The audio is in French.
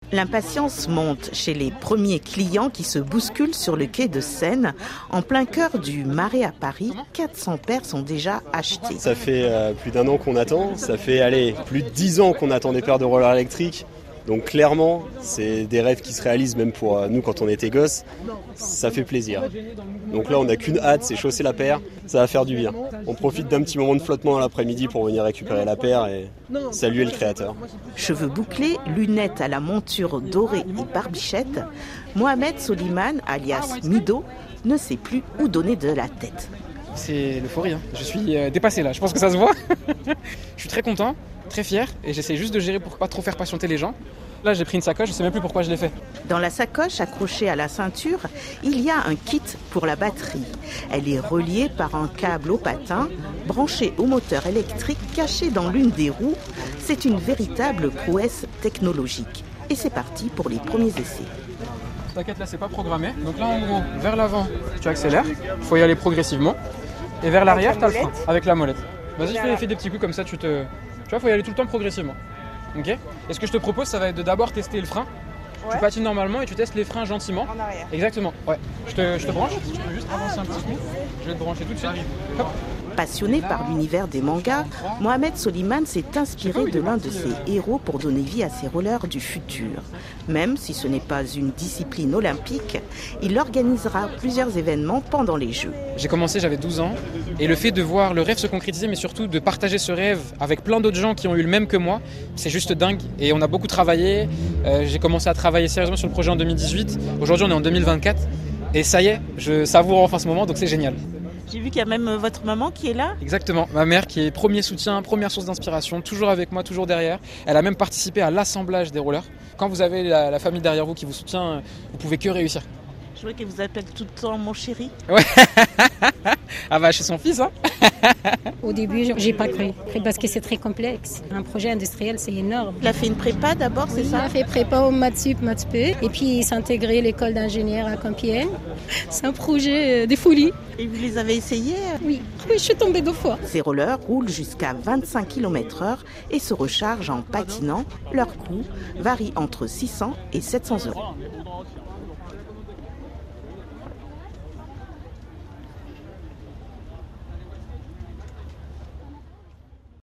L'impatience monte chez les premiers clients qui se bousculent sur le quai de Seine. En plein cœur du Marais à Paris, 400 paires sont déjà achetées. Ça fait plus d'1 an qu'on attend, ça fait plus de 10 ans qu'on attend des paires de rollers électriques. Donc clairement, c'est des rêves qui se réalisent même pour nous quand on était gosses. Ça fait plaisir. Donc là, on n'a qu'une hâte, c'est chausser la paire. Ça va faire du bien. On profite d'un petit moment de flottement à l'après-midi pour venir récupérer la paire et saluer le créateur. Cheveux bouclés, lunettes à la monture dorée et barbichette, Mohamed Soliman, alias Mido, ne sait plus où donner de la tête. C'est l'euphorie, hein. Je suis dépassé là, je pense que ça se voit. Je suis très content, très fier et j'essaie juste de gérer pour pas trop faire patienter les gens. Là j'ai pris une sacoche, je sais même plus pourquoi je l'ai fait. Dans la sacoche accrochée à la ceinture, il y a un kit pour la batterie. Elle est reliée par un câble au patin, branché au moteur électrique caché dans l'une des roues. C'est une véritable prouesse technologique. Et c'est parti pour les premiers essais. T'inquiète, là c'est pas programmé. Donc là en gros, vers l'avant, tu accélères, il faut y aller progressivement. Et vers l'arrière, t'as le frein, avec la molette. Vas-y, fais des petits coups comme ça, tu vois, faut y aller tout le temps progressivement. Ok ? Et ce que je te propose, ça va être de d'abord tester le frein. Ouais. Tu patines normalement et tu testes les freins gentiment. En arrière. Exactement, ouais. Je te branche, si tu peux juste avancer un petit coup. Je vais te brancher tout de suite. Hop. Passionné par l'univers des mangas, Mohamed Soliman s'est inspiré de l'un de ses héros pour donner vie à ses rollers du futur. Même si ce n'est pas une discipline olympique, il organisera plusieurs événements pendant les Jeux. J'ai commencé, j'avais 12 ans, et le fait de voir le rêve se concrétiser, mais surtout de partager ce rêve avec plein d'autres gens qui ont eu le même que moi, c'est juste dingue. Et on a beaucoup travaillé, j'ai commencé à travailler sérieusement sur le projet en 2018, aujourd'hui on est en 2024, et ça y est, je savoure enfin ce moment, donc c'est génial. J'ai vu qu'il y a même votre maman qui est là. Exactement, ma mère qui est premier soutien, première source d'inspiration, toujours avec moi, toujours derrière. Elle a même participé à l'assemblage des rollers. Quand vous avez la famille derrière vous qui vous soutient, vous pouvez que réussir. Je vois qu'elle vous appelle tout le temps mon chéri. Ouais. Ah bah chez son fils, hein. Au début, j'ai pas cru parce que c'est très complexe. Un projet industriel, c'est énorme. Il a fait une prépa d'abord, c'est ça ? Il a fait prépa au Mathsup, Mathspé, et puis il s'est intégré à l'école d'ingénieur à Compiègne. C'est un projet de folie. Et vous les avez essayés ? Oui, je suis tombée 2 fois. Ces rollers roulent jusqu'à 25 km/h et se rechargent en patinant. Leur coût varie entre 600 et 700 euros.